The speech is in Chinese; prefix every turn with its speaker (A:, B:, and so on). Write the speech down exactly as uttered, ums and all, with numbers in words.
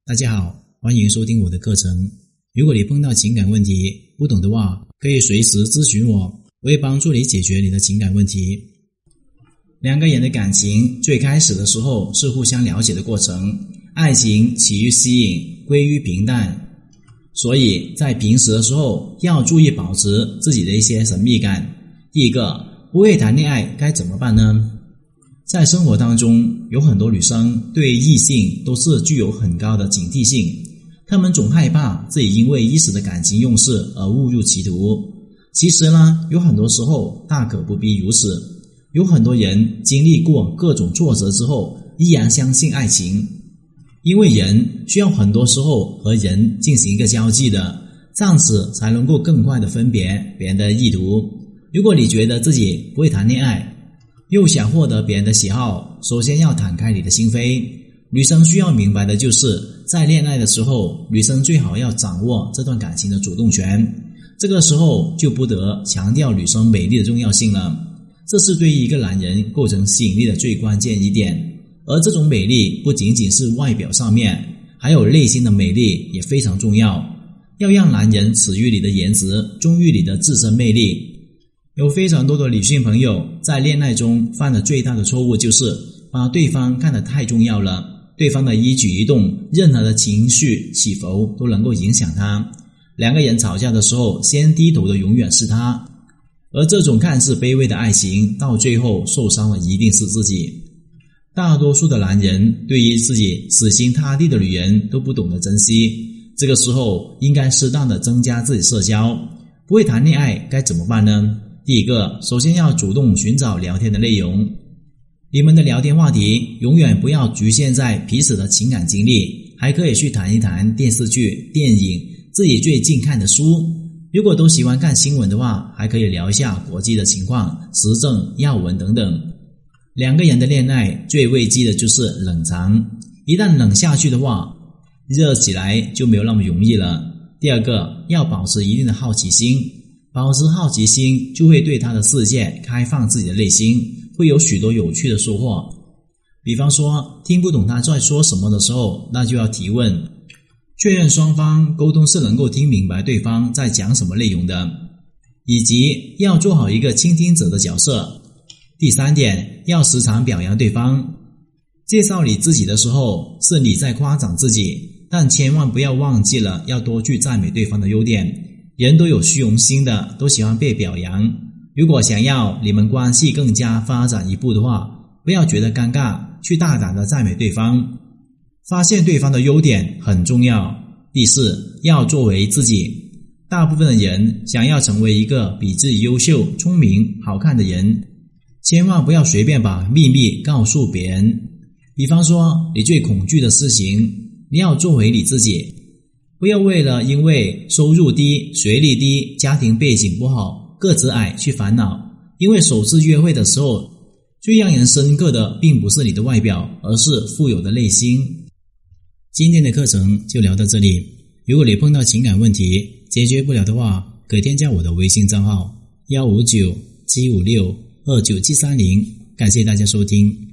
A: 大家好，欢迎收听我的课程。如果你碰到情感问题不懂的话，可以随时咨询我，我会帮助你解决你的情感问题。两个人的感情最开始的时候是互相了解的过程，爱情起于吸引，归于平淡。所以在平时的时候要注意保持自己的一些神秘感。第一个，不会谈恋爱该怎么办呢？在生活当中，有很多女生对异性都是具有很高的警惕性，她们总害怕自己因为一时的感情用事而误入歧途。其实呢，有很多时候大可不必如此。有很多人经历过各种挫折之后，依然相信爱情。因为人需要很多时候和人进行一个交际的，这样子才能够更快的分别别人的意图。如果你觉得自己不会谈恋爱，又想获得别人的喜好，首先要坦开你的心扉。女生需要明白的就是，在恋爱的时候，女生最好要掌握这段感情的主动权。这个时候就不得强调女生美丽的重要性了，这是对于一个男人构成吸引力的最关键一点。而这种美丽不仅仅是外表上面，还有内心的美丽也非常重要。要让男人耻于你的颜值，忠于你的自身魅力。有非常多的女性朋友在恋爱中犯的最大的错误就是把对方看得太重要了，对方的一举一动，任何的情绪起伏都能够影响他。两个人吵架的时候，先低头的永远是他，而这种看似卑微的爱情，到最后受伤的一定是自己。大多数的男人对于自己死心塌地的女人都不懂得珍惜，这个时候应该适当的增加自己社交。不会谈恋爱该怎么办呢？第一个，首先要主动寻找聊天的内容。你们的聊天话题永远不要局限在彼此的情感经历，还可以去谈一谈电视剧、电影，自己最近看的书。如果都喜欢看新闻的话，还可以聊一下国际的情况、时政、要闻等等。两个人的恋爱最危机的就是冷场，一旦冷下去的话，热起来就没有那么容易了。第二个，要保持一定的好奇心。保持好奇心，就会对他的世界开放自己的内心，会有许多有趣的收获。比方说，听不懂他在说什么的时候，那就要提问，确认双方沟通是能够听明白对方在讲什么内容的，以及要做好一个倾听者的角色。第三点，要时常表扬对方。介绍你自己的时候，是你在夸奖自己，但千万不要忘记了要多去赞美对方的优点。人都有虚荣心的，都喜欢被表扬。如果想要你们关系更加发展一步的话，不要觉得尴尬，去大胆的赞美对方。发现对方的优点很重要。第四，要作为自己。大部分的人想要成为一个比自己优秀、聪明、好看的人，千万不要随便把秘密告诉别人。比方说，你最恐惧的事情，你要做回你自己。不要为了因为收入低、学历低、家庭背景不好、个子矮去烦恼，因为首次约会的时候，最让人深刻的并不是你的外表，而是富有的内心。今天的课程就聊到这里，如果你碰到情感问题解决不了的话，可以添加我的微信账号一五九七五六二九七三零，感谢大家收听。